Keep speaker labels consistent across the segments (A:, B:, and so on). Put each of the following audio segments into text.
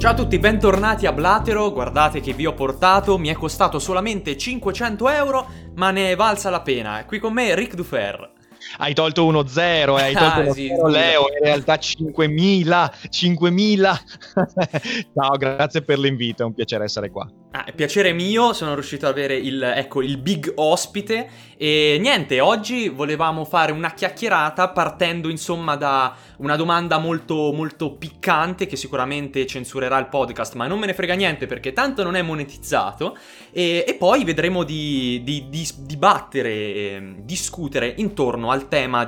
A: Ciao a tutti, bentornati a Blatero. Guardate che vi ho portato, mi è costato solamente 500 euro, ma ne è valsa la pena. Qui con me Ric Dufer.
B: Hai tolto 1-0 e hai tolto
A: Sì,
B: 1-0
A: scusa.
B: Leo, in realtà 5.000. Ciao, grazie per l'invito, è un piacere essere qua.
A: È piacere mio, sono riuscito ad avere il big ospite e niente, oggi volevamo fare una chiacchierata partendo insomma da una domanda molto molto piccante che sicuramente censurerà il podcast, ma non me ne frega niente perché tanto non è monetizzato e poi vedremo di dibattere, discutere intorno al tema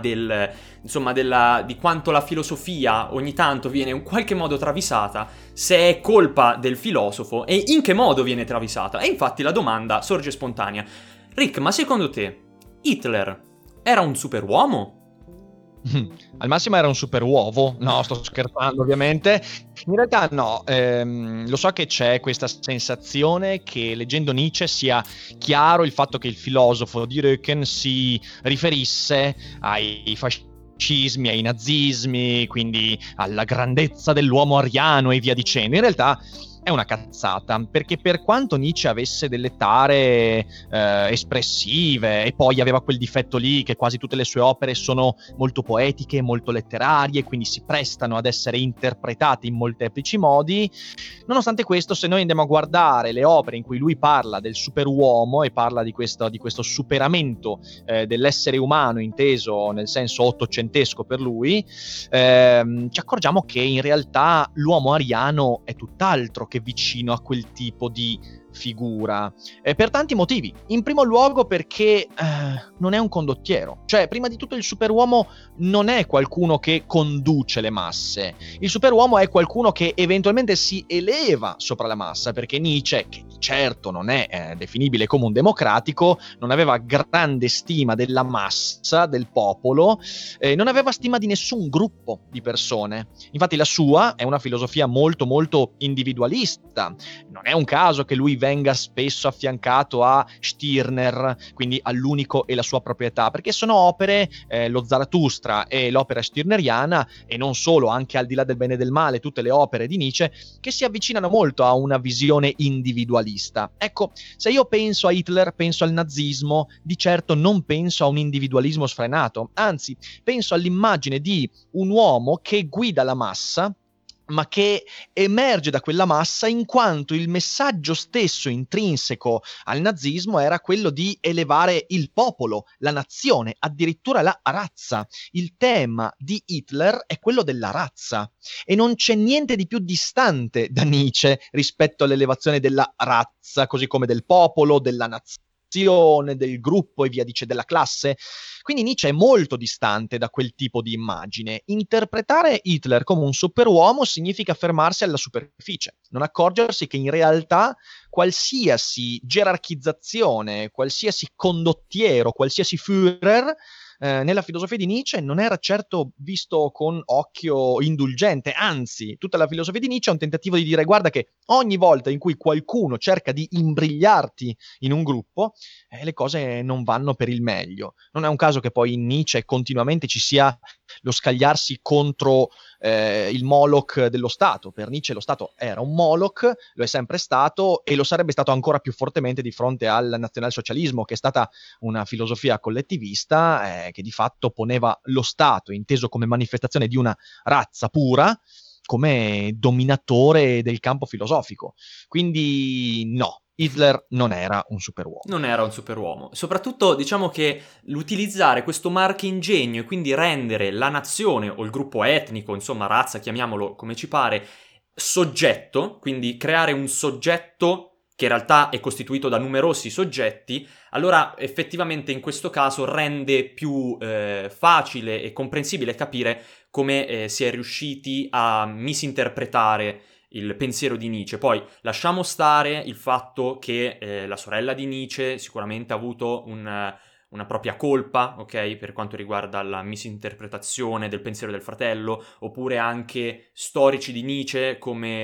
A: di quanto la filosofia ogni tanto viene in qualche modo travisata, se è colpa del filosofo e in che modo viene travisata. E infatti la domanda sorge spontanea. Rick, ma secondo te Hitler era un superuomo?
B: Al massimo era un super uovo, no, sto scherzando ovviamente. In realtà no, lo so che c'è questa sensazione che leggendo Nietzsche sia chiaro il fatto che il filosofo di Röcken si riferisse ai fascismi, ai nazismi, quindi alla grandezza dell'uomo ariano e via dicendo. In realtà è una cazzata, perché per quanto Nietzsche avesse delle tare espressive e poi aveva quel difetto lì che quasi tutte le sue opere sono molto poetiche, molto letterarie, quindi si prestano ad essere interpretate in molteplici modi, nonostante questo, se noi andiamo a guardare le opere in cui lui parla del superuomo e parla di questo superamento dell'essere umano inteso nel senso ottocentesco per lui, ci accorgiamo che in realtà l'uomo ariano è tutt'altro che vicino a quel tipo di figura, per tanti motivi. In primo luogo perché non è un condottiero, cioè prima di tutto il superuomo non è qualcuno che conduce le masse, il superuomo è qualcuno che eventualmente si eleva sopra la massa, perché Nietzsche, che certo non è definibile come un democratico, non aveva grande stima della massa, del popolo, non aveva stima di nessun gruppo di persone. Infatti la sua è una filosofia molto molto individualista. Non è un caso che lui venga spesso affiancato a Stirner, quindi all'unico e la sua proprietà, perché sono opere, lo Zarathustra e l'opera stirneriana, e non solo, anche Al di là del bene e del male, tutte le opere di Nietzsche, che si avvicinano molto a una visione individualista. Ecco, se io penso a Hitler, penso al nazismo, di certo non penso a un individualismo sfrenato, anzi, penso all'immagine di un uomo che guida la massa, ma che emerge da quella massa in quanto il messaggio stesso intrinseco al nazismo era quello di elevare il popolo, la nazione, addirittura la razza. Il tema di Hitler è quello della razza e non c'è niente di più distante da Nietzsche rispetto all'elevazione della razza, così come del popolo, della nazione, del gruppo e via dicendo, della classe. Quindi Nietzsche è molto distante da quel tipo di immagine. Interpretare Hitler come un superuomo significa fermarsi alla superficie, non accorgersi che in realtà qualsiasi gerarchizzazione, qualsiasi condottiero, qualsiasi Führer nella filosofia di Nietzsche non era certo visto con occhio indulgente, anzi, tutta la filosofia di Nietzsche è un tentativo di dire: guarda che ogni volta in cui qualcuno cerca di imbrigliarti in un gruppo, le cose non vanno per il meglio. Non è un caso che poi in Nietzsche continuamente ci sia lo scagliarsi contro il Moloch dello Stato. Per Nietzsche lo Stato era un Moloch, lo è sempre stato e lo sarebbe stato ancora più fortemente di fronte al nazionalsocialismo, che è stata una filosofia collettivista che di fatto poneva lo Stato, inteso come manifestazione di una razza pura, come dominatore del campo filosofico. Quindi no, Hitler non era un superuomo.
A: Non era un superuomo. Soprattutto diciamo che l'utilizzare questo marchingegno e quindi rendere la nazione o il gruppo etnico, insomma razza, chiamiamolo come ci pare, soggetto, quindi creare un soggetto che in realtà è costituito da numerosi soggetti, allora effettivamente in questo caso rende più facile e comprensibile capire come si è riusciti a misinterpretare il pensiero di Nietzsche. Poi lasciamo stare il fatto che la sorella di Nietzsche sicuramente ha avuto una propria colpa, ok, per quanto riguarda la misinterpretazione del pensiero del fratello, oppure anche storici di Nietzsche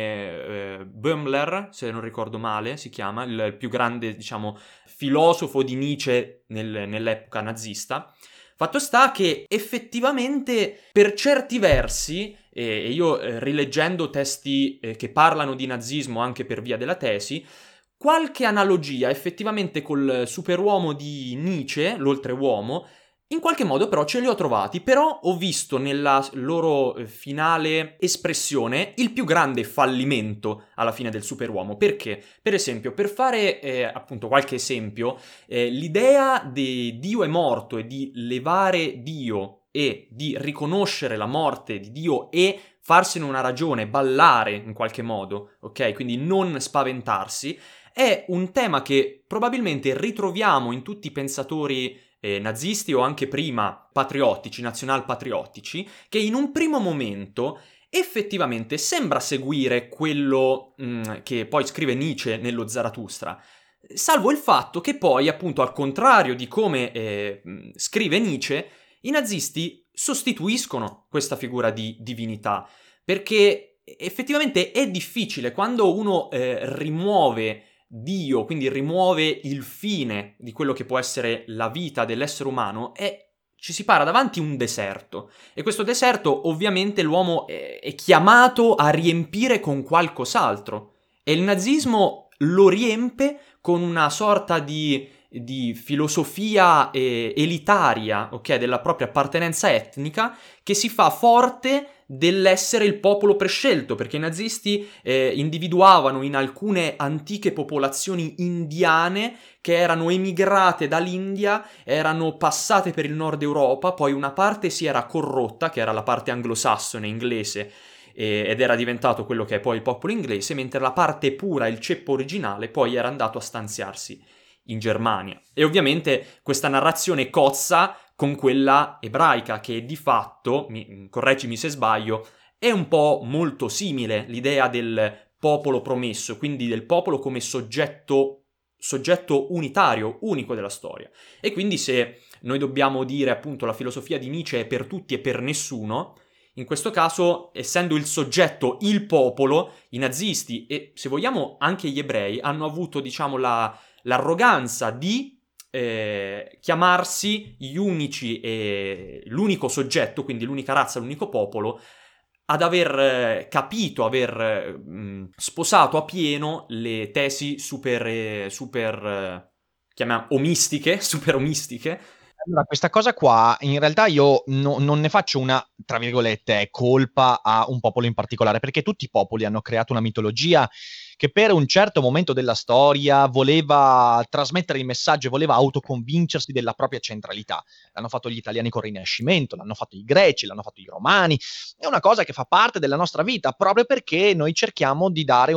A: come Böhmler, se non ricordo male, si chiama, il più grande, diciamo, filosofo di Nietzsche nell'epoca nazista. Fatto sta che effettivamente per certi versi e io rileggendo testi che parlano di nazismo anche per via della tesi, qualche analogia effettivamente col superuomo di Nietzsche, l'oltreuomo, in qualche modo però ce li ho trovati, però ho visto nella loro finale espressione il più grande fallimento alla fine del superuomo. Perché? Per esempio, per fare appunto qualche esempio, l'idea di Dio è morto e di levare Dio e di riconoscere la morte di Dio e farsene una ragione, ballare in qualche modo, ok? Quindi non spaventarsi, è un tema che probabilmente ritroviamo in tutti i pensatori nazisti o anche prima patriottici, nazionalpatriottici, che in un primo momento effettivamente sembra seguire quello che poi scrive Nietzsche nello Zarathustra, salvo il fatto che poi, appunto, al contrario di come scrive Nietzsche, i nazisti sostituiscono questa figura di divinità, perché effettivamente è difficile quando uno rimuove Dio, quindi rimuove il fine di quello che può essere la vita dell'essere umano, e ci si para davanti un deserto. E questo deserto ovviamente l'uomo è chiamato a riempire con qualcos'altro. E il nazismo lo riempie con una sorta di filosofia elitaria, ok, della propria appartenenza etnica, che si fa forte dell'essere il popolo prescelto, perché i nazisti individuavano in alcune antiche popolazioni indiane che erano emigrate dall'India, erano passate per il nord Europa, poi una parte si era corrotta, che era la parte anglosassone inglese, ed era diventato quello che è poi il popolo inglese, mentre la parte pura, il ceppo originale, poi era andato a stanziarsi in Germania. E ovviamente questa narrazione cozza con quella ebraica, che di fatto, correggimi se sbaglio, è un po' molto simile, l'idea del popolo promesso, quindi del popolo come soggetto unitario, unico della storia. E quindi se noi dobbiamo dire appunto la filosofia di Nietzsche è per tutti e per nessuno, in questo caso, essendo il soggetto il popolo, i nazisti e, se vogliamo, anche gli ebrei hanno avuto, diciamo, l'arroganza di chiamarsi gli unici e l'unico soggetto, quindi l'unica razza, l'unico popolo, ad aver capito, aver sposato a pieno le tesi super omistiche, super omistiche.
B: Allora, questa cosa qua, in realtà io non ne faccio una, tra virgolette, colpa a un popolo in particolare, perché tutti i popoli hanno creato una mitologia che per un certo momento della storia voleva trasmettere il messaggio e voleva autoconvincersi della propria centralità. L'hanno fatto gli italiani col Rinascimento, l'hanno fatto i greci, l'hanno fatto i romani. È una cosa che fa parte della nostra vita, proprio perché noi cerchiamo di dare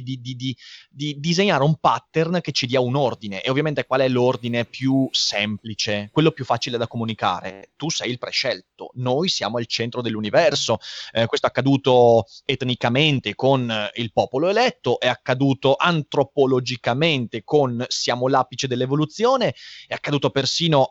B: di disegnare un pattern che ci dia un ordine. E ovviamente qual è l'ordine più semplice, quello più facile da comunicare? Tu sei il prescelto, noi siamo al centro dell'universo. Questo è accaduto etnicamente con il popolo eletto, è accaduto antropologicamente con siamo l'apice dell'evoluzione, è accaduto persino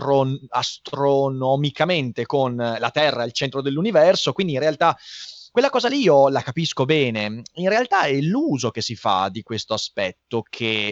B: astronomicamente con la Terra al centro dell'universo, quindi in realtà quella cosa lì io la capisco bene. In realtà è l'uso che si fa di questo aspetto che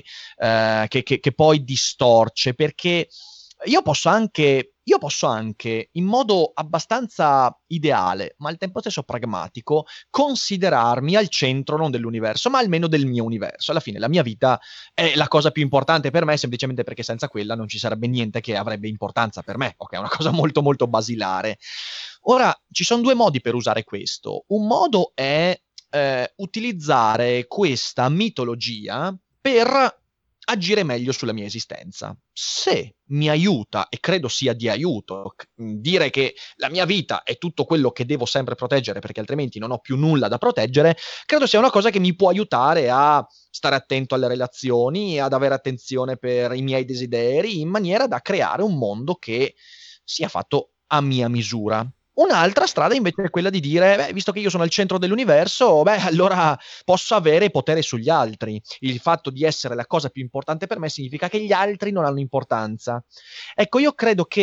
B: poi distorce, perché io posso anche, in modo abbastanza ideale, ma al tempo stesso pragmatico, considerarmi al centro non dell'universo, ma almeno del mio universo. Alla fine la mia vita è la cosa più importante per me, semplicemente perché senza quella non ci sarebbe niente che avrebbe importanza per me. Ok, è una cosa molto molto basilare. Ora, ci sono due modi per usare questo. Un modo è utilizzare questa mitologia per agire meglio sulla mia esistenza. Se mi aiuta, e credo sia di aiuto, dire che la mia vita è tutto quello che devo sempre proteggere perché altrimenti non ho più nulla da proteggere, credo sia una cosa che mi può aiutare a stare attento alle relazioni, ad avere attenzione per i miei desideri, in maniera da creare un mondo che sia fatto a mia misura. Un'altra strada invece è quella di dire, beh, visto che io sono al centro dell'universo, beh, allora posso avere potere sugli altri. Il fatto di essere la cosa più importante per me significa che gli altri non hanno importanza. Ecco, io credo che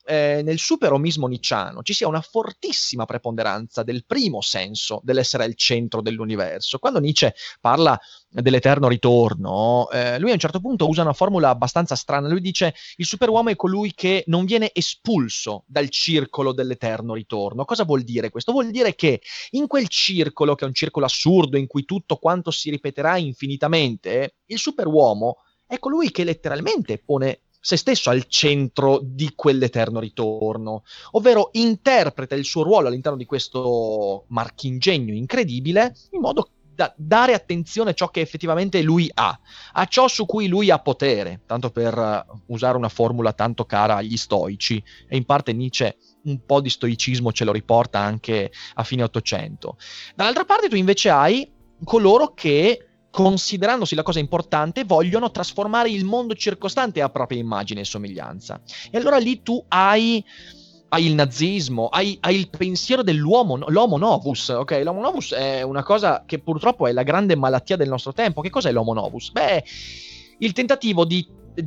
B: nel superomismo nicciano ci sia una fortissima preponderanza del primo senso dell'essere al centro dell'universo. Quando Nietzsche parla dell'eterno ritorno, lui a un certo punto usa una formula abbastanza strana. Lui dice: il superuomo è colui che non viene espulso dal circolo dell'eterno ritorno. Cosa vuol dire questo? Vuol dire che in quel circolo, che è un circolo assurdo in cui tutto quanto si ripeterà infinitamente, il superuomo è colui che letteralmente pone se stesso al centro di quell'eterno ritorno, ovvero interpreta il suo ruolo all'interno di questo marchingegno incredibile in modo da dare attenzione a ciò che effettivamente lui ha, a ciò su cui lui ha potere, tanto per usare una formula tanto cara agli stoici, e in parte Nietzsche un po' di stoicismo ce lo riporta anche a fine Ottocento. Dall'altra parte tu invece hai coloro che, considerandosi la cosa importante, vogliono trasformare il mondo circostante a propria immagine e somiglianza. E allora lì tu hai il nazismo, hai il pensiero dell'uomo, l'homo novus, ok? L'homo novus è una cosa che purtroppo è la grande malattia del nostro tempo. Che cos'è l'homo novus? Beh, il tentativo di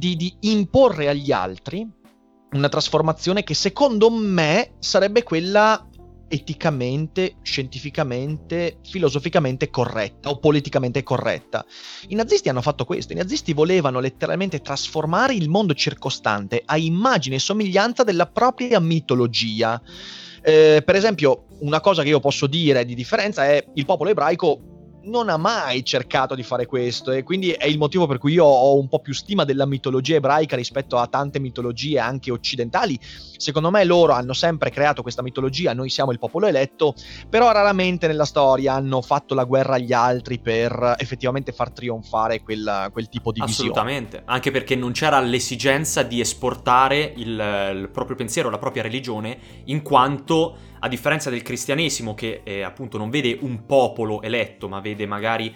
B: imporre agli altri una trasformazione che secondo me sarebbe quella eticamente, scientificamente, filosoficamente corretta o politicamente corretta. I nazisti hanno fatto questo. I nazisti volevano letteralmente trasformare il mondo circostante a immagine e somiglianza della propria mitologia. Per esempio, una cosa che io posso dire di differenza è: il popolo ebraico non ha mai cercato di fare questo, e quindi è il motivo per cui io ho un po' più stima della mitologia ebraica rispetto a tante mitologie anche occidentali. Secondo me loro hanno sempre creato questa mitologia: noi siamo il popolo eletto, però raramente nella storia hanno fatto la guerra agli altri per effettivamente far trionfare quel tipo di visione.
A: Assolutamente, anche perché non c'era l'esigenza di esportare il proprio pensiero, la propria religione, in quanto, a differenza del cristianesimo, che appunto non vede un popolo eletto, ma vede magari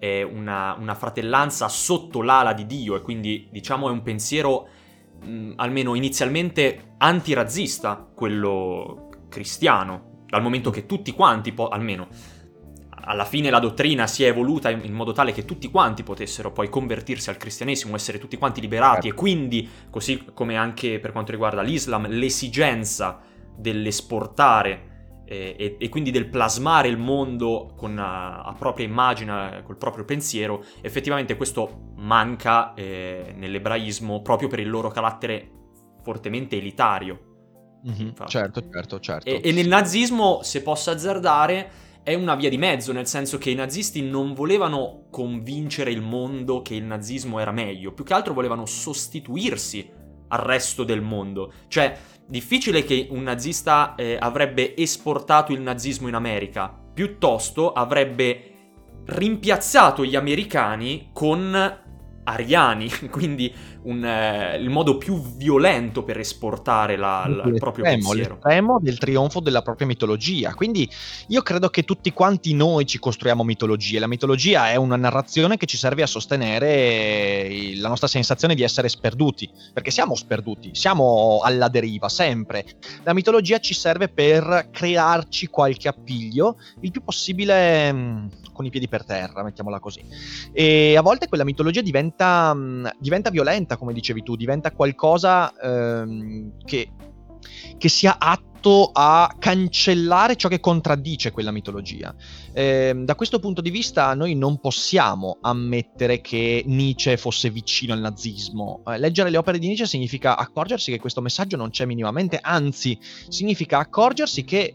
A: una fratellanza sotto l'ala di Dio, e quindi diciamo è un pensiero almeno inizialmente antirazzista, quello cristiano, dal momento che tutti quanti, almeno alla fine la dottrina si è evoluta in modo tale che tutti quanti potessero poi convertirsi al cristianesimo, essere tutti quanti liberati, e quindi, così come anche per quanto riguarda l'Islam, l'esigenza dell'esportare e quindi del plasmare il mondo con a propria immagine, col proprio pensiero. Effettivamente questo manca nell'ebraismo, proprio per il loro carattere fortemente elitario.
B: Certo.
A: E nel nazismo, se posso azzardare, è una via di mezzo, nel senso che i nazisti non volevano convincere il mondo che il nazismo era meglio, più che altro volevano sostituirsi al resto del mondo. Cioè, difficile che un nazista avrebbe esportato il nazismo in America, piuttosto avrebbe rimpiazzato gli americani con ariani, quindi il modo più violento per esportare il proprio pensiero.
B: L'estremo del trionfo della propria mitologia. Quindi io credo che tutti quanti noi ci costruiamo mitologie. La mitologia è una narrazione che ci serve a sostenere la nostra sensazione di essere sperduti, perché siamo sperduti, siamo alla deriva sempre. La mitologia ci serve per crearci qualche appiglio, il più possibile con i piedi per terra, mettiamola così. E a volte quella mitologia diventa violenta, come dicevi tu, diventa qualcosa che sia atto a cancellare ciò che contraddice quella mitologia. Da questo punto di vista noi non possiamo ammettere che Nietzsche fosse vicino al nazismo. Leggere le opere di Nietzsche significa accorgersi che questo messaggio non c'è minimamente, anzi significa accorgersi che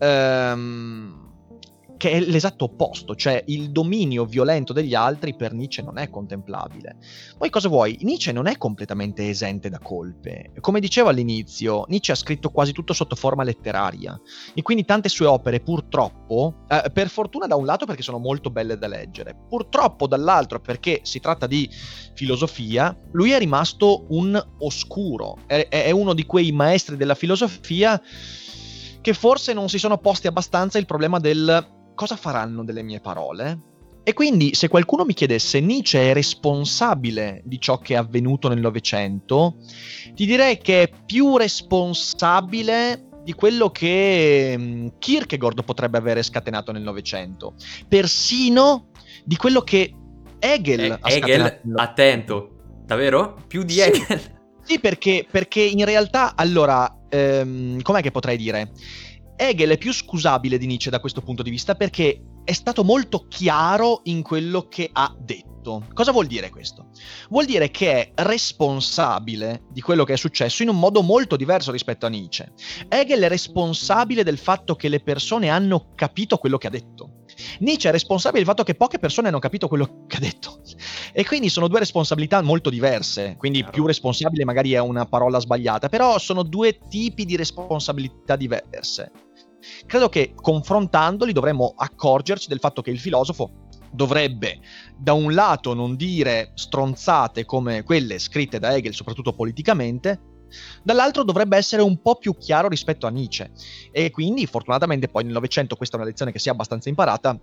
B: è l'esatto opposto, cioè il dominio violento degli altri per Nietzsche non è contemplabile. Poi cosa vuoi? Nietzsche non è completamente esente da colpe. Come dicevo all'inizio, Nietzsche ha scritto quasi tutto sotto forma letteraria, e quindi tante sue opere purtroppo, per fortuna da un lato perché sono molto belle da leggere, purtroppo dall'altro perché si tratta di filosofia, lui è rimasto un oscuro, è uno di quei maestri della filosofia che forse non si sono posti abbastanza il problema del cosa faranno delle mie parole? E quindi se qualcuno mi chiedesse Nietzsche è responsabile di ciò che è avvenuto nel Novecento, ti direi che è più responsabile di quello che Kierkegaard potrebbe avere scatenato nel Novecento, persino di quello che Hegel ha scatenato.
A: Attento, davvero? Più di Hegel?
B: Sì, perché in realtà, allora, com'è che potrei dire? Hegel è più scusabile di Nietzsche da questo punto di vista perché è stato molto chiaro in quello che ha detto. Cosa vuol dire questo? Vuol dire che è responsabile di quello che è successo in un modo molto diverso rispetto a Nietzsche. Hegel è responsabile del fatto che le persone hanno capito quello che ha detto. Nietzsche è responsabile del fatto che poche persone hanno capito quello che ha detto. E quindi sono due responsabilità molto diverse. Quindi
A: Chiaro.
B: più responsabile magari è una parola sbagliata, però sono due tipi di responsabilità diverse. Credo che confrontandoli dovremmo accorgerci del fatto che il filosofo dovrebbe da un lato non dire stronzate come quelle scritte da Hegel, soprattutto politicamente, dall'altro dovrebbe essere un po' più chiaro rispetto a Nietzsche. E quindi fortunatamente poi nel Novecento questa è una lezione che si è abbastanza imparata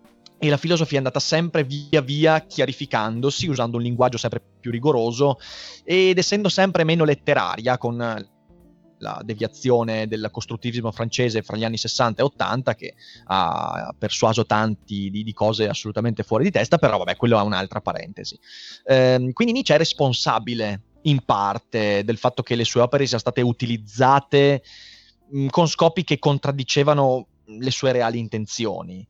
B: e la filosofia è andata sempre via via chiarificandosi, usando un linguaggio sempre più rigoroso ed essendo sempre meno letteraria, con la deviazione del costruttivismo francese fra gli anni 60 e 80 che ha persuaso tanti di cose assolutamente fuori di testa, però vabbè, quello è un'altra parentesi. Quindi Nietzsche è responsabile in parte del fatto che le sue opere siano state utilizzate con scopi che contraddicevano le sue reali intenzioni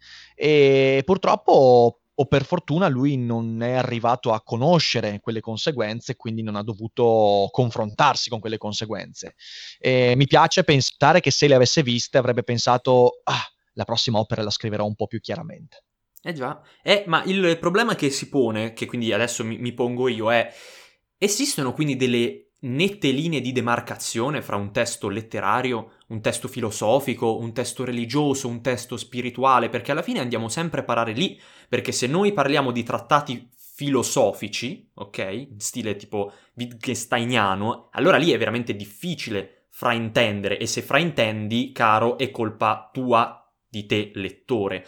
B: e purtroppo o per fortuna lui non è arrivato a conoscere quelle conseguenze, quindi non ha dovuto confrontarsi con quelle conseguenze. E mi piace pensare che se le avesse viste avrebbe pensato la prossima opera la scriverò un po' più chiaramente.
A: Già. Ma il problema che si pone, che quindi adesso mi pongo io, è: esistono quindi delle nette linee di demarcazione fra un testo letterario, un testo filosofico, un testo religioso, un testo spirituale? Perché alla fine andiamo sempre a parare lì, perché se noi parliamo di trattati filosofici, ok, in stile tipo wittgensteiniano, allora lì è veramente difficile fraintendere, e se fraintendi, caro, è colpa tua, di te lettore.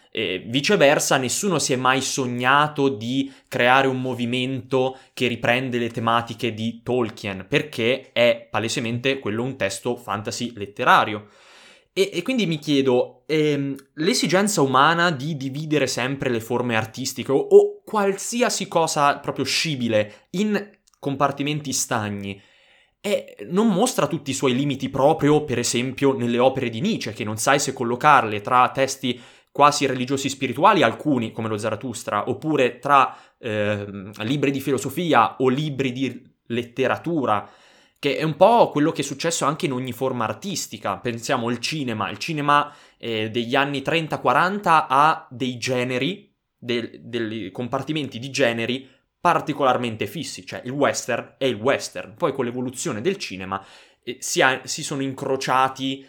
A: Viceversa, nessuno si è mai sognato di creare un movimento che riprende le tematiche di Tolkien, perché è palesemente quello un testo fantasy letterario. E quindi mi chiedo, l'esigenza umana di dividere sempre le forme artistiche o qualsiasi cosa proprio scibile in compartimenti stagni non mostra tutti i suoi limiti proprio, per esempio, nelle opere di Nietzsche, che non sai se collocarle tra testi quasi religiosi spirituali, alcuni come lo Zarathustra, oppure tra libri di filosofia o libri di letteratura, che è un po' quello che è successo anche in ogni forma artistica. Pensiamo al cinema. Il cinema degli anni 30-40 ha dei generi, dei compartimenti di generi particolarmente fissi, cioè il western è il western. Poi con l'evoluzione del cinema si sono incrociati,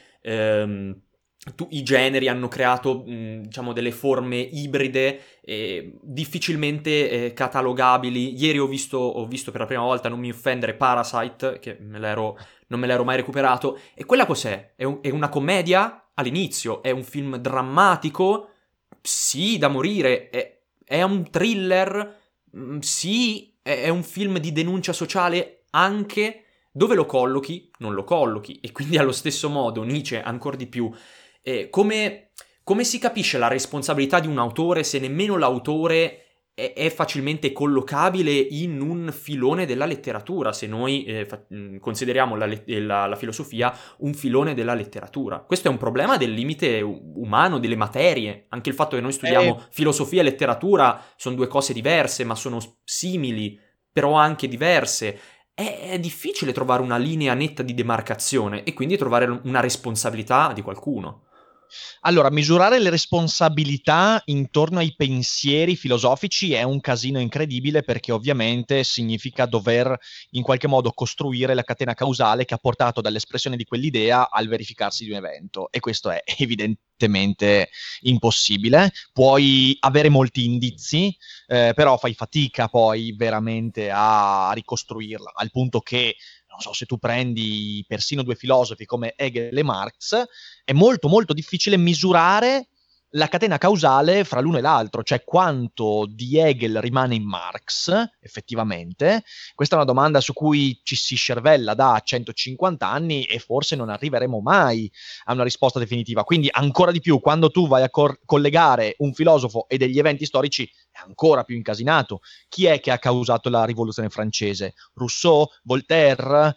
A: i generi hanno creato diciamo delle forme ibride difficilmente catalogabili. Ieri ho visto per la prima volta, non mi offendere, Parasite, che non me l'ero mai recuperato. E quella cos'è? È una commedia all'inizio, è un film drammatico, sì, da morire, è un thriller, sì, è un film di denuncia sociale anche. Dove lo collochi? Non lo collochi. E quindi allo stesso modo Nietzsche ancora di più. Come si capisce la responsabilità di un autore se nemmeno l'autore è facilmente collocabile in un filone della letteratura, se noi consideriamo la filosofia un filone della letteratura? Questo è un problema del limite umano, delle materie. Anche il fatto che noi studiamo filosofia e letteratura sono due cose diverse, ma sono simili, però anche diverse. È difficile trovare una linea netta di demarcazione e quindi trovare una responsabilità di qualcuno.
B: Allora, misurare le responsabilità intorno ai pensieri filosofici è un casino incredibile perché ovviamente significa dover in qualche modo costruire la catena causale che ha portato dall'espressione di quell'idea al verificarsi di un evento e questo è evidentemente impossibile. Puoi avere molti indizi, però fai fatica poi veramente a ricostruirla, al punto che non so, se tu prendi persino due filosofi come Hegel e Marx, è molto molto difficile misurare la catena causale fra l'uno e l'altro, cioè quanto di Hegel rimane in Marx, effettivamente. Questa è una domanda su cui ci si scervella da 150 anni e forse non arriveremo mai a una risposta definitiva. Quindi ancora di più, quando tu vai a collegare un filosofo e degli eventi storici, ancora più incasinato. Chi è che ha causato la rivoluzione francese? Rousseau? Voltaire?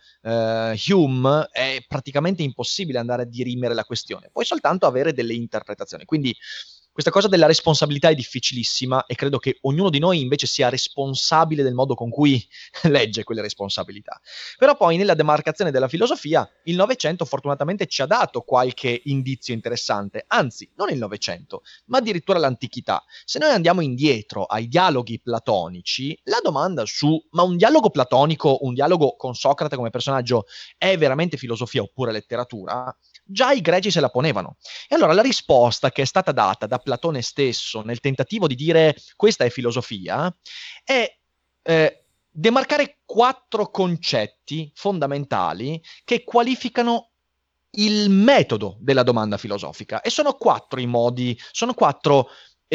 B: Hume? È praticamente impossibile andare a dirimere la questione, puoi soltanto avere delle interpretazioni. Quindi questa cosa della responsabilità è difficilissima e credo che ognuno di noi invece sia responsabile del modo con cui legge quelle responsabilità. Però poi nella demarcazione della filosofia il Novecento fortunatamente ci ha dato qualche indizio interessante, anzi non il Novecento, ma addirittura l'antichità. Se noi andiamo indietro ai dialoghi platonici, la domanda su ma un dialogo platonico, un dialogo con Socrate come personaggio, è veramente filosofia oppure letteratura? Già i greci se la ponevano. E allora la risposta che è stata data da Platone stesso nel tentativo di dire questa è filosofia è demarcare 4 concetti fondamentali che qualificano il metodo della domanda filosofica. E sono 4 i modi, sono 4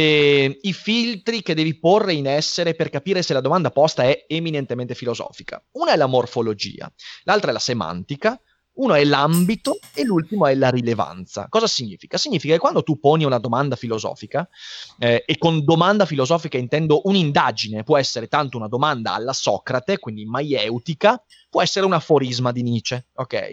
B: i filtri che devi porre in essere per capire se la domanda posta è eminentemente filosofica. Una è la morfologia, l'altra è la semantica, uno è l'ambito e l'ultimo è la rilevanza. Cosa significa? Significa che quando tu poni una domanda filosofica, e con domanda filosofica intendo un'indagine, può essere tanto una domanda alla Socrate, quindi maieutica, può essere un aforisma di Nietzsche, ok?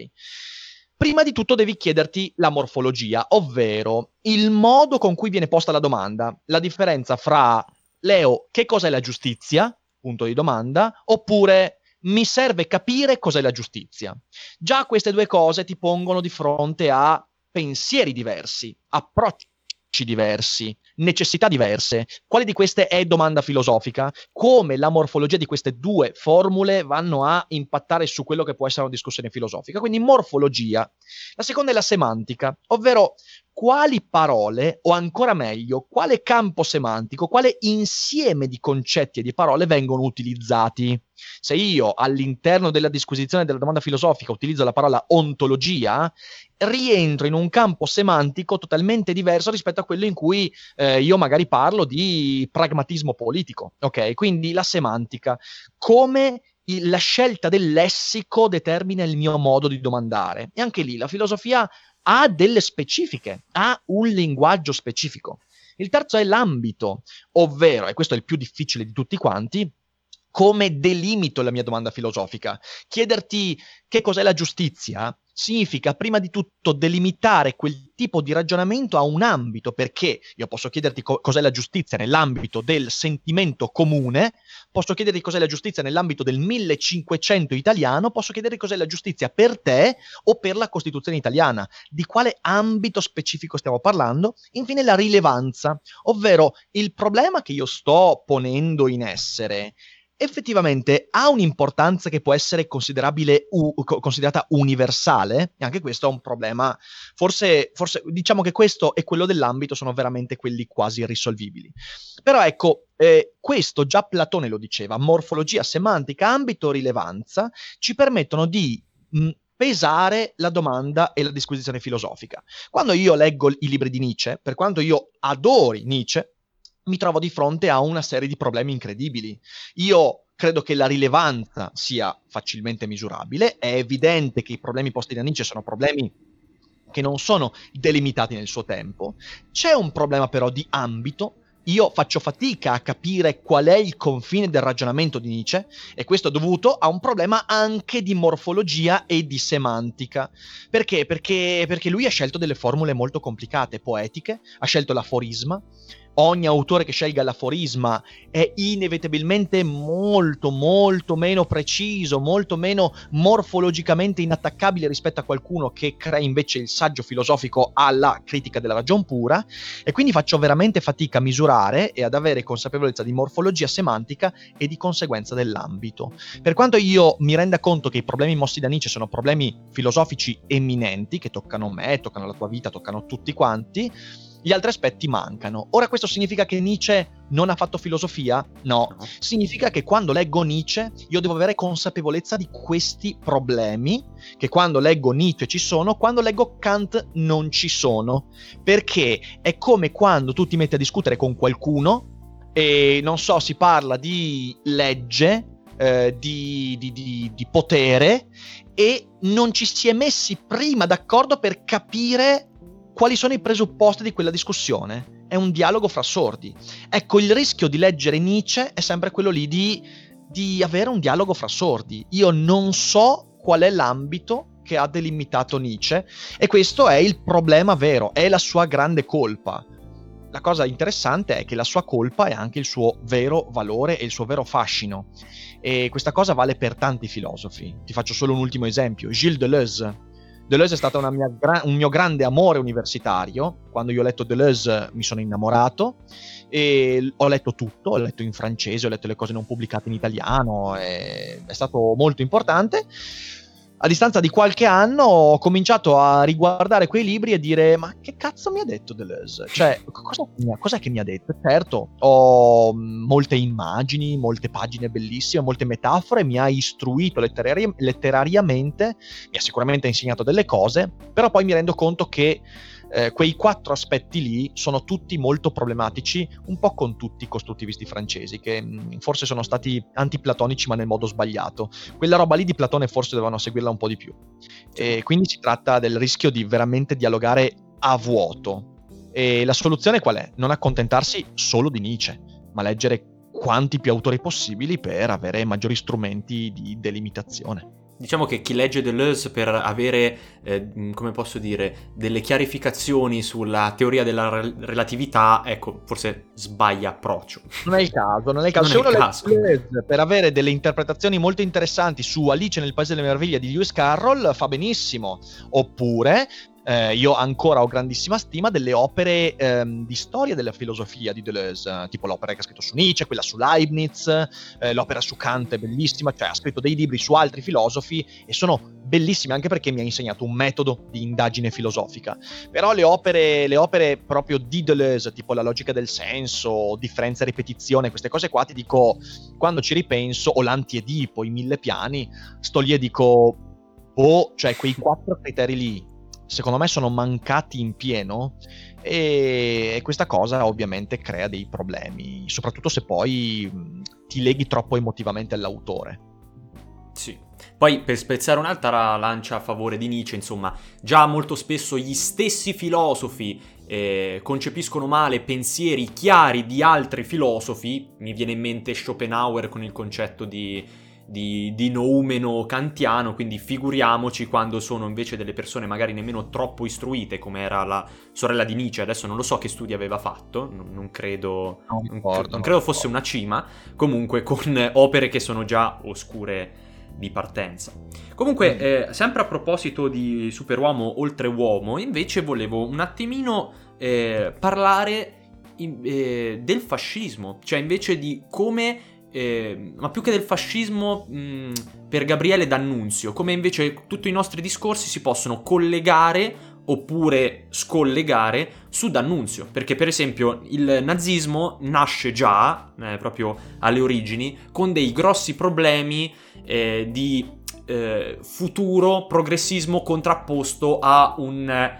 B: Prima di tutto devi chiederti la morfologia, ovvero il modo con cui viene posta la domanda, la differenza fra Leo, che cos'è la giustizia? Punto di domanda, oppure mi serve capire cos'è la giustizia. Già queste 2 cose ti pongono di fronte a pensieri diversi, approcci diversi, necessità diverse. Quale di queste è domanda filosofica? Come la morfologia di queste 2 formule vanno a impattare su quello che può essere una discussione filosofica? Quindi morfologia. La seconda è la semantica, ovvero quali parole, o ancora meglio, quale campo semantico, quale insieme di concetti e di parole vengono utilizzati. Se io all'interno della disquisizione della domanda filosofica utilizzo la parola ontologia, rientro in un campo semantico totalmente diverso rispetto a quello in cui io magari parlo di pragmatismo politico, ok? Quindi la semantica, come la scelta del lessico determina il mio modo di domandare. E anche lì la filosofia ha delle specifiche, ha un linguaggio specifico. Il terzo è l'ambito, ovvero, e questo è il più difficile di tutti quanti, come delimito la mia domanda filosofica. Chiederti che cos'è la giustizia significa prima di tutto delimitare quel tipo di ragionamento a un ambito, perché io posso chiederti cos'è la giustizia nell'ambito del sentimento comune, posso chiederti cos'è la giustizia nell'ambito del 1500 italiano, posso chiederti cos'è la giustizia per te o per la Costituzione italiana. Di quale ambito specifico stiamo parlando? Infine la rilevanza, ovvero il problema che io sto ponendo in essere effettivamente ha un'importanza che può essere considerata universale, e anche questo è un problema. Forse diciamo che questo e quello dell'ambito sono veramente quelli quasi irrisolvibili. Però ecco, questo già Platone lo diceva, morfologia, semantica, ambito, rilevanza, ci permettono di pesare la domanda e la disquisizione filosofica. Quando io leggo i libri di Nietzsche, per quanto io adori Nietzsche, mi trovo di fronte a una serie di problemi incredibili. Io credo che la rilevanza sia facilmente misurabile, è evidente che i problemi posti da Nietzsche sono problemi che non sono delimitati nel suo tempo. C'è un problema però di ambito. Io faccio fatica a capire qual è il confine del ragionamento di Nietzsche, e questo è dovuto a un problema anche di morfologia e di semantica. Perché? Perché lui ha scelto delle formule molto complicate, poetiche, ha scelto l'aforisma. Ogni autore che scelga l'aforisma è inevitabilmente molto meno preciso, molto meno morfologicamente inattaccabile rispetto a qualcuno che crea invece il saggio filosofico alla critica della ragion pura, e quindi faccio veramente fatica a misurare e ad avere consapevolezza di morfologia semantica e di conseguenza dell'ambito. Per quanto io mi renda conto che i problemi mossi da Nietzsche sono problemi filosofici eminenti, che toccano me, toccano la tua vita, toccano tutti quanti, gli altri aspetti mancano. Ora, questo significa che Nietzsche non ha fatto filosofia? No. Significa che quando leggo Nietzsche io devo avere consapevolezza di questi problemi, che quando leggo Nietzsche ci sono, quando leggo Kant non ci sono. Perché è come quando tu ti metti a discutere con qualcuno e, non so, si parla di legge, di potere, e non ci si è messi prima d'accordo per capire quali sono i presupposti di quella discussione. è un dialogo fra sordi. Ecco, il rischio di leggere Nietzsche è sempre quello lì di avere un dialogo fra sordi. Io non so qual è l'ambito che ha delimitato Nietzsche, e questo è il problema vero, è la sua grande colpa. La cosa interessante è che la sua colpa è anche il suo vero valore e il suo vero fascino, e questa cosa vale per tanti filosofi. Ti faccio solo un ultimo esempio: Gilles Deleuze. Deleuze è stato un mio grande amore universitario. Quando io ho letto Deleuze mi sono innamorato e ho letto tutto, ho letto in francese, ho letto le cose non pubblicate in italiano, è stato molto importante. A distanza di qualche anno ho cominciato a riguardare quei libri e dire: ma che cazzo mi ha detto Deleuze? Cioè, cos'è che mi ha detto? Certo, ho molte immagini, molte pagine bellissime, molte metafore, mi ha istruito letterariamente, mi ha sicuramente insegnato delle cose, però poi mi rendo conto che quei 4 aspetti lì sono tutti molto problematici, un po' con tutti i costruttivisti francesi, che forse sono stati antiplatonici ma nel modo sbagliato. Quella roba lì di Platone forse dovevano seguirla un po' di più. E quindi si tratta del rischio di veramente dialogare a vuoto. E la soluzione qual è? Non accontentarsi solo di Nietzsche, ma leggere quanti più autori possibili per avere maggiori strumenti di delimitazione.
A: Diciamo che chi legge Deleuze per avere, come posso dire, delle chiarificazioni sulla teoria della relatività, ecco, forse sbaglia approccio.
B: Non è il caso. Se uno legge Deleuze per avere delle interpretazioni molto interessanti su Alice nel Paese delle Meraviglie di Lewis Carroll, fa benissimo. Oppure io ancora ho grandissima stima delle opere di storia della filosofia di Deleuze, tipo l'opera che ha scritto su Nietzsche, quella su Leibniz, l'opera su Kant è bellissima, cioè ha scritto dei libri su altri filosofi e sono bellissime anche perché mi ha insegnato un metodo di indagine filosofica. Però le opere proprio di Deleuze, tipo La logica del senso, differenza e ripetizione, queste cose qua, ti dico, quando ci ripenso, o l'Anti-Edipo, i 1000 piani, sto lì e dico, cioè quei 4 criteri lì secondo me sono mancati in pieno, e questa cosa ovviamente crea dei problemi, soprattutto se poi ti leghi troppo emotivamente all'autore.
A: Sì. Poi, per spezzare un'altra lancia a favore di Nietzsche, insomma, già molto spesso gli stessi filosofi concepiscono male pensieri chiari di altri filosofi. Mi viene in mente Schopenhauer con il concetto di noumeno kantiano, quindi figuriamoci quando sono invece delle persone magari nemmeno troppo istruite, come era la sorella di Nietzsche. Adesso non lo so che studi aveva fatto, non credo fosse una cima, comunque con opere che sono già oscure di partenza. Comunque, sempre a proposito di superuomo oltre uomo, invece volevo un attimino parlare del fascismo, cioè invece di come ma più che del fascismo, per Gabriele D'Annunzio, come invece tutti i nostri discorsi si possono collegare oppure scollegare su D'Annunzio, perché per esempio il nazismo nasce già proprio alle origini con dei grossi problemi di futuro progressismo contrapposto a un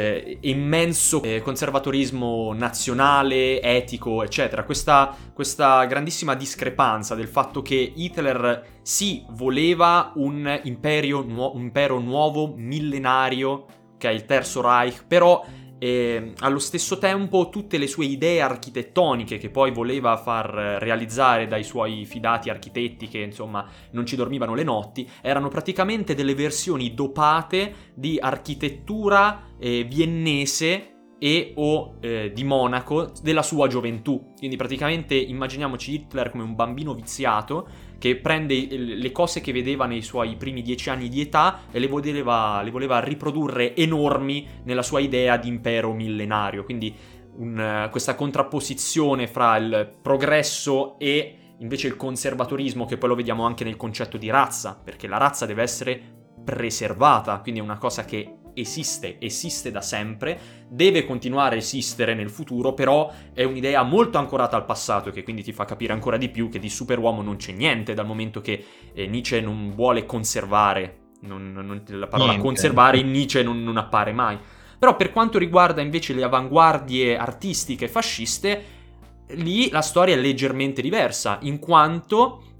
A: immenso conservatorismo nazionale, etico, eccetera. Questa grandissima discrepanza del fatto che Hitler sì voleva un impero nuovo, millenario, che è il Terzo Reich, però allo stesso tempo tutte le sue idee architettoniche che poi voleva far realizzare dai suoi fidati architetti, che insomma non ci dormivano le notti, erano praticamente delle versioni dopate di architettura viennese o di Monaco della sua gioventù. Quindi praticamente immaginiamoci Hitler come un bambino viziato che prende le cose che vedeva nei suoi primi 10 anni di età e le voleva riprodurre enormi nella sua idea di impero millenario. Quindi questa contrapposizione fra il progresso e invece il conservatorismo, che poi lo vediamo anche nel concetto di razza, perché la razza deve essere preservata, quindi è una cosa che esiste da sempre, deve continuare a esistere nel futuro, però è un'idea molto ancorata al passato, che quindi ti fa capire ancora di più che di superuomo non c'è niente, dal momento che Nietzsche non vuole conservare, la parola niente. Conservare in Nietzsche non appare mai. Però per quanto riguarda invece le avanguardie artistiche fasciste, lì la storia è leggermente diversa, in quanto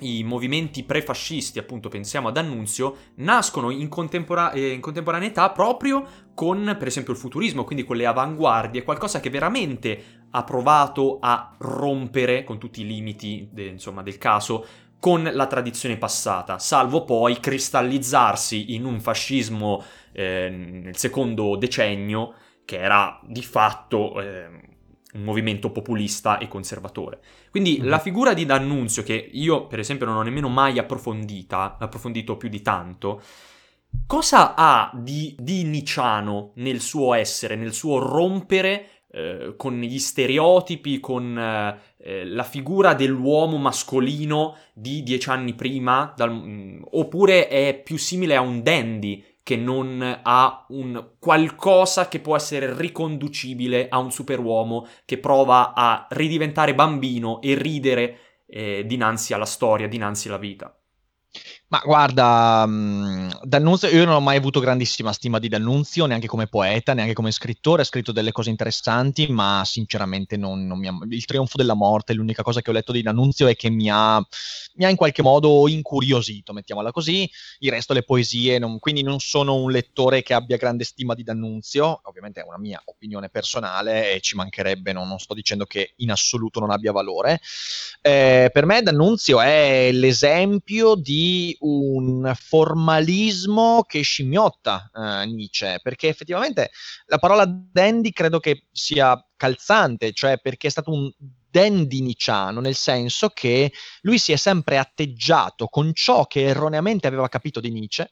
A: i movimenti prefascisti, appunto pensiamo ad D'Annunzio, nascono in contemporaneità proprio con, per esempio, il futurismo, quindi con le avanguardie, qualcosa che veramente ha provato a rompere, con tutti i limiti insomma, del caso, con la tradizione passata, salvo poi cristallizzarsi in un fascismo nel secondo decennio, che era di fatto un movimento populista e conservatore. Quindi la figura di D'Annunzio, che io per esempio non ho nemmeno mai approfondito più di tanto, cosa ha di nicciano nel suo essere, nel suo rompere con gli stereotipi, con la figura dell'uomo mascolino di 10 anni prima, oppure è più simile a un dandy che non a un qualcosa che può essere riconducibile a un superuomo che prova a ridiventare bambino e ridere dinanzi alla storia, dinanzi alla vita.
B: Ma guarda, D'Annunzio, io non ho mai avuto grandissima stima di D'Annunzio, neanche come poeta, neanche come scrittore, ha scritto delle cose interessanti, ma sinceramente non mi ha... Il trionfo della morte, l'unica cosa che ho letto di D'Annunzio è che mi ha in qualche modo incuriosito, mettiamola così, il resto le poesie, quindi non sono un lettore che abbia grande stima di D'Annunzio, ovviamente è una mia opinione personale e ci mancherebbe, non sto dicendo che in assoluto non abbia valore. Per me D'Annunzio è l'esempio di un formalismo che scimmiotta Nietzsche, perché effettivamente la parola dandy credo che sia calzante, cioè perché è stato un dandy nicciano, nel senso che lui si è sempre atteggiato con ciò che erroneamente aveva capito di Nietzsche,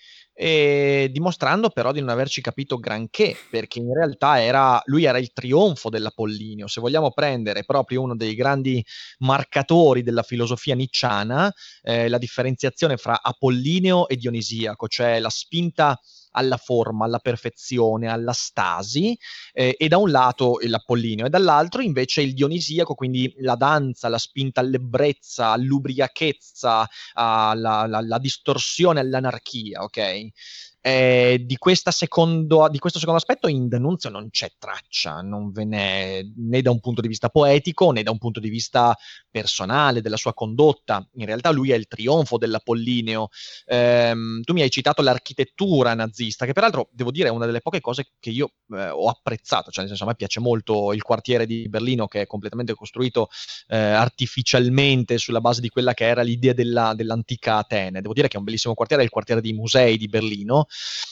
B: e dimostrando però di non averci capito granché, perché in realtà lui era il trionfo dell'Apollinio. Se vogliamo prendere proprio uno dei grandi marcatori della filosofia nicciana, la differenziazione fra Apollineo e Dionisiaco, cioè la spinta alla forma, alla perfezione, alla stasi, e da un lato l'Apollineo, e dall'altro invece il Dionisiaco, quindi la danza, la spinta all'ebbrezza, all'ubriachezza, alla distorsione, all'anarchia, ok? Di questo secondo aspetto in D'Annunzio non c'è traccia, non ve n'è né da un punto di vista poetico né da un punto di vista personale, della sua condotta. In realtà lui è il trionfo dell'Apollineo. Tu mi hai citato l'architettura nazista, che peraltro devo dire è una delle poche cose che io ho apprezzato, cioè nel senso a me piace molto il quartiere di Berlino, che è completamente costruito artificialmente sulla base di quella che era l'idea dell'antica Atene. Devo dire che è un bellissimo quartiere, è il quartiere dei musei di Berlino.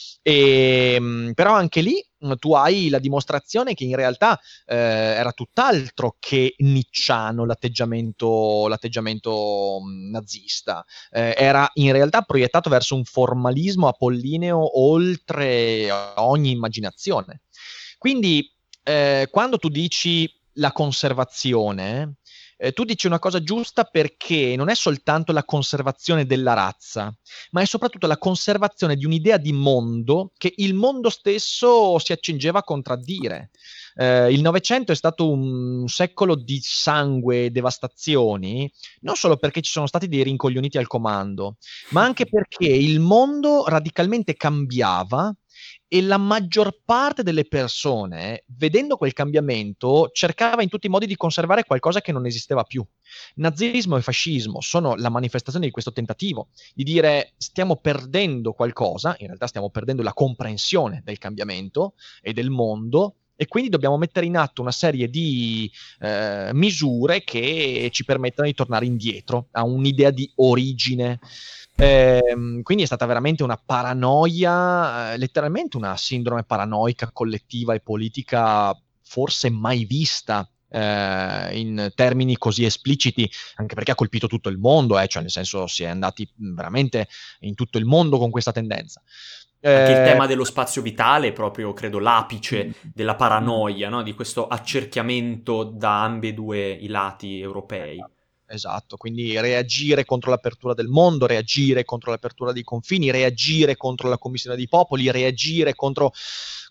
B: Però anche lì tu hai la dimostrazione che in realtà era tutt'altro che nicciano l'atteggiamento nazista. Era in realtà proiettato verso un formalismo apollineo oltre ogni immaginazione. Quindi quando tu dici la conservazione, tu dici una cosa giusta, perché non è soltanto la conservazione della razza, ma è soprattutto la conservazione di un'idea di mondo che il mondo stesso si accingeva a contraddire. Il Novecento è stato un secolo di sangue e devastazioni, non solo perché ci sono stati dei rincoglioniti al comando, ma anche perché il mondo radicalmente cambiava e la maggior parte delle persone, vedendo quel cambiamento, cercava in tutti i modi di conservare qualcosa che non esisteva più. Nazismo e fascismo sono la manifestazione di questo tentativo di dire stiamo perdendo qualcosa, in realtà stiamo perdendo la comprensione del cambiamento e del mondo, e quindi dobbiamo mettere in atto una serie di misure che ci permettano di tornare indietro a un'idea di origine. Quindi è stata veramente una paranoia, letteralmente una sindrome paranoica collettiva e politica forse mai vista in termini così espliciti, anche perché ha colpito tutto il mondo, cioè nel senso si è andati veramente in tutto il mondo con questa tendenza.
A: Anche il
B: Eh,
A: tema dello spazio vitale è proprio, credo, l'apice della paranoia, no? Di questo accerchiamento da ambedue i lati europei.
B: Esatto, quindi reagire contro l'apertura del mondo, reagire contro l'apertura dei confini, reagire contro la commissione dei popoli, reagire contro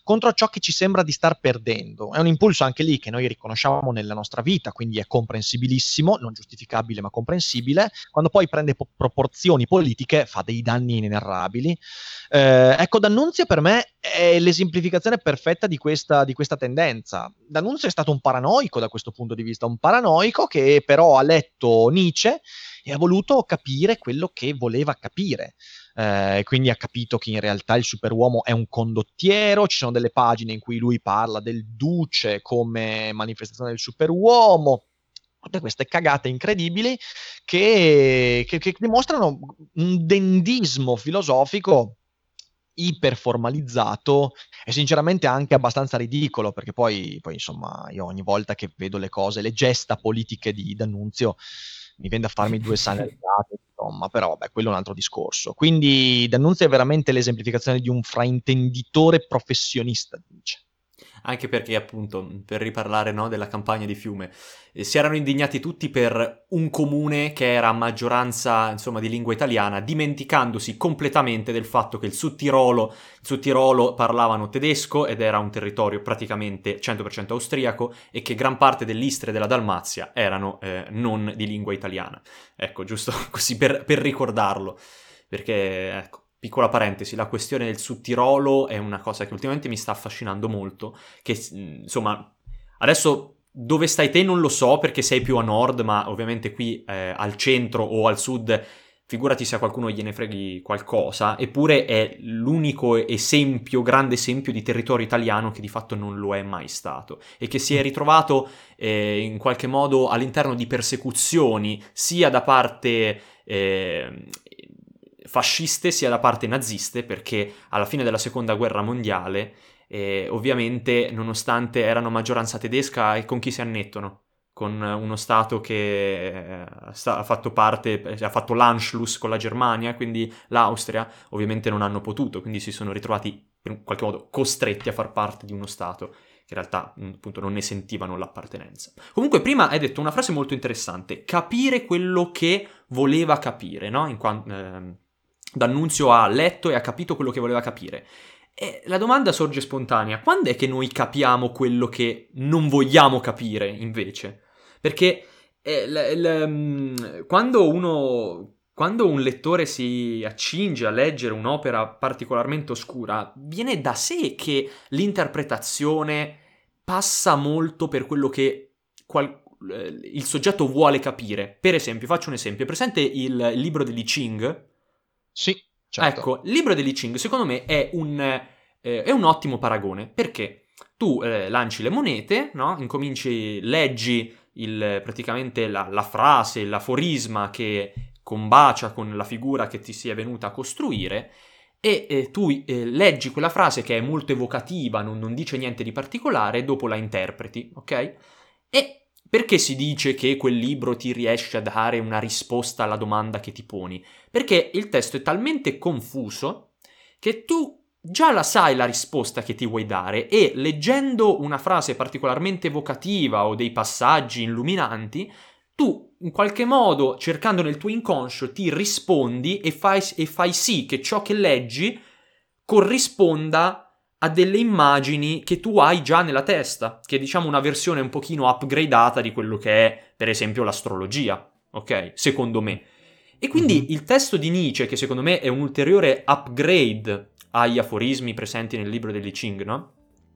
B: contro ciò che ci sembra di star perdendo. È un impulso anche lì che noi riconosciamo nella nostra vita, quindi è comprensibilissimo, non giustificabile ma comprensibile. Quando poi prende proporzioni politiche fa dei danni inenarrabili. Ecco, D'Annunzio per me è l'esemplificazione perfetta di questa tendenza. D'Annunzio è stato un paranoico da questo punto di vista, un paranoico che però ha letto Nietzsche e ha voluto capire quello che voleva capire. Quindi ha capito che in realtà il superuomo è un condottiero, ci sono delle pagine in cui lui parla del duce come manifestazione del superuomo, tutte queste cagate incredibili che dimostrano un dendismo filosofico iperformalizzato e sinceramente anche abbastanza ridicolo, perché poi insomma io ogni volta che vedo le cose, le gesta politiche di D'Annunzio, mi viene da farmi due sane risate, insomma, però vabbè, quello è un altro discorso. Quindi D'Annunzio è veramente l'esemplificazione di un fraintenditore professionista, dice.
A: Anche perché, appunto, per riparlare, no, della campagna di Fiume, si erano indignati tutti per un comune che era a maggioranza, insomma, di lingua italiana, dimenticandosi completamente del fatto che il Sud Tirolo parlavano tedesco ed era un territorio praticamente 100% austriaco e che gran parte dell'Istria e della Dalmazia erano non di lingua italiana. Ecco, giusto così per ricordarlo, perché, ecco, piccola parentesi, la questione del Sud Tirolo è una cosa che ultimamente mi sta affascinando molto, che insomma, adesso dove stai te non lo so perché sei più a nord, ma ovviamente qui al centro o al sud, figurati se a qualcuno gliene freghi qualcosa, eppure è l'unico esempio, grande esempio di territorio italiano che di fatto non lo è mai stato e che si è ritrovato in qualche modo all'interno di persecuzioni sia da parte fasciste sia da parte naziste, perché alla fine della seconda guerra mondiale ovviamente nonostante erano maggioranza tedesca, e con chi si annettono? Con uno stato che ha fatto parte, ha fatto l'Anschluss con la Germania, quindi l'Austria, ovviamente non hanno potuto, quindi si sono ritrovati in qualche modo costretti a far parte di uno stato che in realtà appunto non ne sentivano l'appartenenza. Comunque prima hai detto una frase molto interessante, capire quello che voleva capire, no? D'Annunzio ha letto e ha capito quello che voleva capire. E la domanda sorge spontanea: quando è che noi capiamo quello che non vogliamo capire, invece? Perché quando un lettore si accinge a leggere un'opera particolarmente oscura, viene da sé che l'interpretazione passa molto per quello che il soggetto vuole capire. Per esempio, faccio un esempio. Presente il libro di Li Ching?
B: Sì, certo.
A: Ecco, il libro di Li Ching secondo me è un ottimo paragone, perché tu lanci le monete, no? Incominci, leggi praticamente la frase, l'aforisma che combacia con la figura che ti si è venuta a costruire e tu leggi quella frase che è molto evocativa, non dice niente di particolare, e dopo la interpreti, ok? E perché si dice che quel libro ti riesce a dare una risposta alla domanda che ti poni? Perché il testo è talmente confuso che tu già la sai la risposta che ti vuoi dare e leggendo una frase particolarmente evocativa o dei passaggi illuminanti, tu in qualche modo, cercando nel tuo inconscio, ti rispondi e fai sì che ciò che leggi corrisponda a delle immagini che tu hai già nella testa, che è diciamo una versione un pochino upgradata di quello che è, per esempio, l'astrologia, ok? Secondo me. E quindi il testo di Nietzsche, che secondo me è un ulteriore upgrade agli aforismi presenti nel libro di Li Ching, no?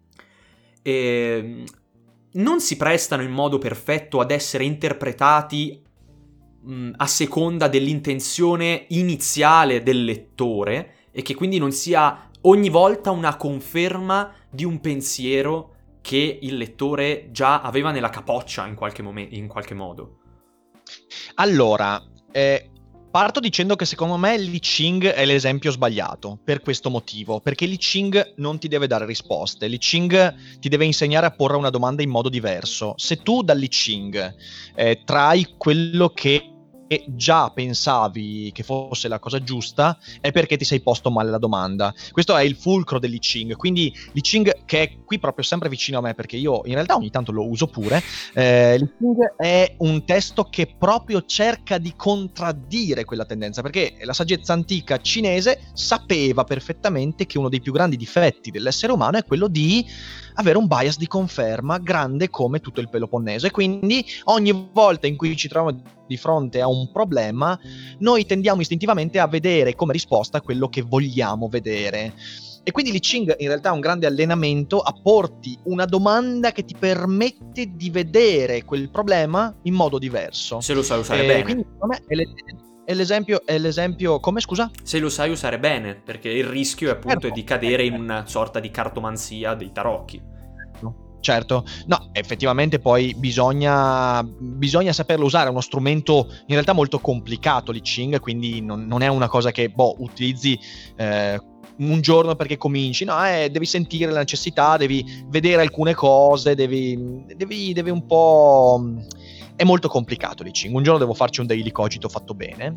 A: Non si prestano in modo perfetto ad essere interpretati a seconda dell'intenzione iniziale del lettore e che quindi non sia ogni volta una conferma di un pensiero che il lettore già aveva nella capoccia in qualche modo.
B: Allora, parto dicendo che secondo me Li Ching è l'esempio sbagliato per questo motivo, perché Li Ching non ti deve dare risposte, Li Ching ti deve insegnare a porre una domanda in modo diverso. Se tu da Li Ching trai quello che già pensavi che fosse la cosa giusta, è perché ti sei posto male la domanda. Questo è il fulcro dell'I Ching. Quindi l'I Ching, che è qui proprio sempre vicino a me, perché io in realtà ogni tanto lo uso pure, l'I Ching è un testo che proprio cerca di contraddire quella tendenza, perché la saggezza antica cinese sapeva perfettamente che uno dei più grandi difetti dell'essere umano è quello di avere un bias di conferma grande come tutto il Peloponneso, e quindi ogni volta in cui ci troviamo di fronte a un problema noi tendiamo istintivamente a vedere come risposta quello che vogliamo vedere. E quindi l'I Ching in realtà è un grande allenamento a porti una domanda che ti permette di vedere quel problema in modo diverso.
A: Se lo sai usare bene.
B: Quindi secondo me è l'esempio come, scusa?
A: Se lo sai usare bene, perché il rischio è appunto di cadere in una sorta di cartomanzia dei tarocchi.
B: Certo, no, effettivamente poi bisogna saperlo usare, è uno strumento in realtà molto complicato l'I Ching, quindi non è una cosa che utilizzi un giorno perché cominci, no, devi sentire la necessità, devi vedere alcune cose, devi un po'... È molto complicato l'I Ching, un giorno devo farci un daily cogito fatto bene.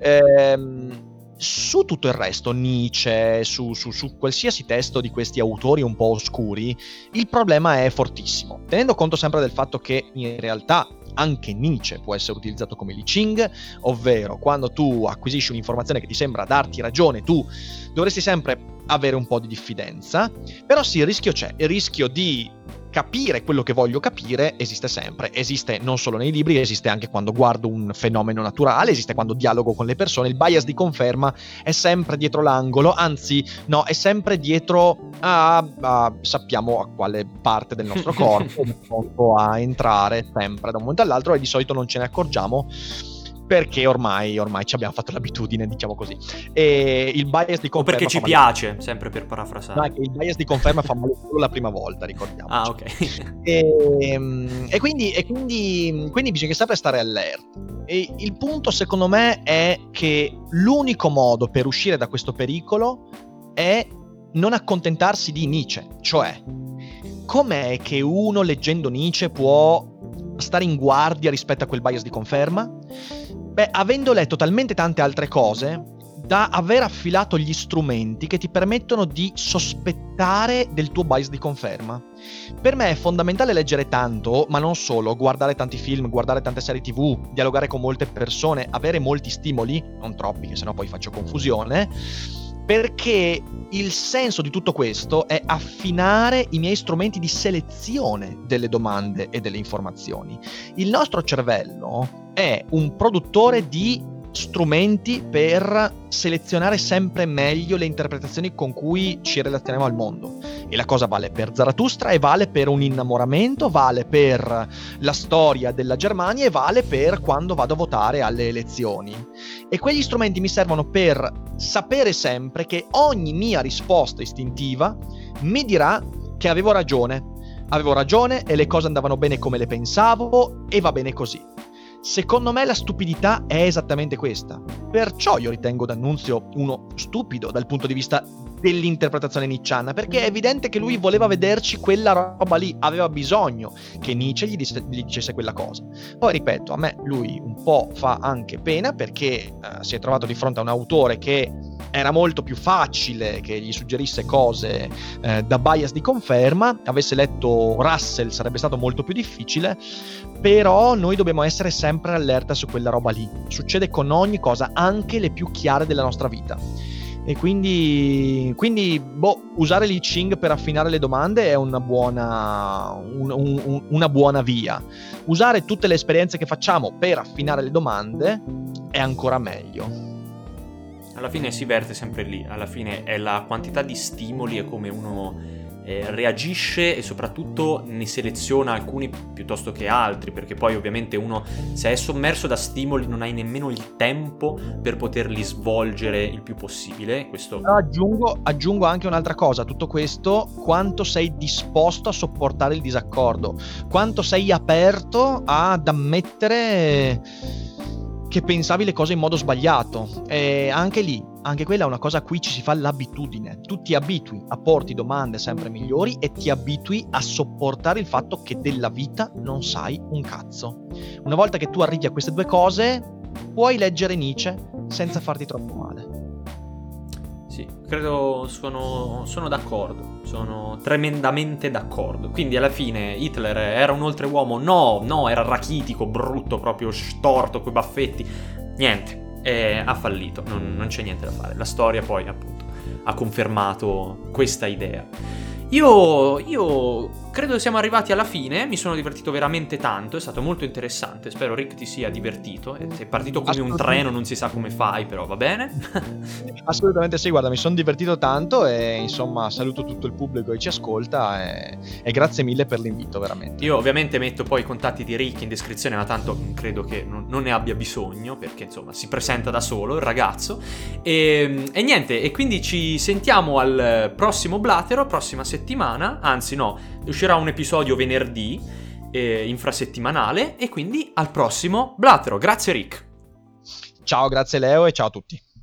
B: Su tutto il resto, Nietzsche, su qualsiasi testo di questi autori un po' oscuri, il problema è fortissimo, tenendo conto sempre del fatto che in realtà anche Nietzsche può essere utilizzato come L'I Ching, ovvero quando tu acquisisci un'informazione che ti sembra darti ragione, tu dovresti sempre avere un po' di diffidenza, però sì, il rischio c'è, il rischio di capire quello che voglio capire esiste sempre, esiste non solo nei libri, esiste anche quando guardo un fenomeno naturale, esiste quando dialogo con le persone, il bias di conferma è sempre dietro l'angolo, anzi no, è sempre dietro sappiamo a quale parte del nostro corpo a entrare sempre da un momento all'altro, e di solito non ce ne accorgiamo perché ormai ci abbiamo fatto l'abitudine, diciamo così. E il bias di conferma,
A: o perché ci piace, sempre per parafrasare.
B: No, il bias di conferma fa male solo la prima volta, ricordiamo.
A: Ah, ok.
B: E quindi bisogna sempre stare allerta. E il punto, secondo me, è che l'unico modo per uscire da questo pericolo è non accontentarsi di Nietzsche. Cioè, com'è che uno leggendo Nietzsche può stare in guardia rispetto a quel bias di conferma? Beh, avendo letto talmente tante altre cose da aver affilato gli strumenti che ti permettono di sospettare del tuo bias di conferma. Per me è fondamentale leggere tanto, ma non solo, guardare tanti film, guardare tante serie TV, dialogare con molte persone, avere molti stimoli, non troppi, che sennò poi faccio confusione, perché il senso di tutto questo è affinare i miei strumenti di selezione delle domande e delle informazioni. Il nostro cervello è un produttore di strumenti per selezionare sempre meglio le interpretazioni con cui ci relazioniamo al mondo, e la cosa vale per Zarathustra e vale per un innamoramento, vale per la storia della Germania e vale per quando vado a votare alle elezioni. E quegli strumenti mi servono per sapere sempre che ogni mia risposta istintiva mi dirà che avevo ragione e le cose andavano bene come le pensavo e va bene così. Secondo me la stupidità è esattamente questa. Perciò io ritengo D'Annunzio uno stupido dal punto di vista dell'interpretazione nietzschiana, perché è evidente che lui voleva vederci quella roba lì, aveva bisogno che Nietzsche gli dicesse quella cosa. Poi ripeto, a me lui un po' fa anche pena, perché si è trovato di fronte a un autore che era molto più facile che gli suggerisse cose da bias di conferma. Avesse letto Russell sarebbe stato molto più difficile, però noi dobbiamo essere sempre allerta su quella roba lì. Succede con ogni cosa, anche le più chiare della nostra vita. E quindi usare l'I Ching per affinare le domande è una buona via. Usare tutte le esperienze che facciamo per affinare le domande è ancora meglio.
A: Alla fine si verte sempre lì, alla fine è la quantità di stimoli e come uno reagisce, e soprattutto ne seleziona alcuni piuttosto che altri, perché poi ovviamente uno, se è sommerso da stimoli, non hai nemmeno il tempo per poterli svolgere il più possibile. Questo
B: aggiungo anche un'altra cosa a tutto questo: quanto sei disposto a sopportare il disaccordo, quanto sei aperto ad ammettere che pensavi le cose in modo sbagliato. E anche quella è una cosa a cui ci si fa l'abitudine. Tu ti abitui a porti domande sempre migliori e ti abitui a sopportare il fatto che della vita non sai un cazzo. Una volta che tu arrivi a queste due cose, puoi leggere Nietzsche senza farti troppo male.
A: Sì, credo sono d'accordo, sono tremendamente d'accordo. Quindi alla fine Hitler era un oltreuomo? No, era rachitico, brutto, proprio storto, coi baffetti. Niente, ha fallito, non c'è niente da fare. La storia poi appunto ha confermato questa idea. Io credo siamo arrivati alla fine, mi sono divertito veramente tanto, è stato molto interessante, spero Rick ti sia divertito, sei partito come un treno, non si sa come fai, però va bene.
B: Assolutamente sì, guarda, mi sono divertito tanto e insomma saluto tutto il pubblico che ci ascolta e grazie mille per l'invito, veramente.
A: Io ovviamente metto poi i contatti di Rick in descrizione, ma tanto credo che non ne abbia bisogno, perché insomma si presenta da solo il ragazzo. E niente, e quindi ci sentiamo al prossimo Blatero, prossima settimana, anzi no, uscirà un episodio venerdì, infrasettimanale, e quindi al prossimo Blatero. Grazie Rick.
B: Ciao, grazie Leo e ciao a tutti.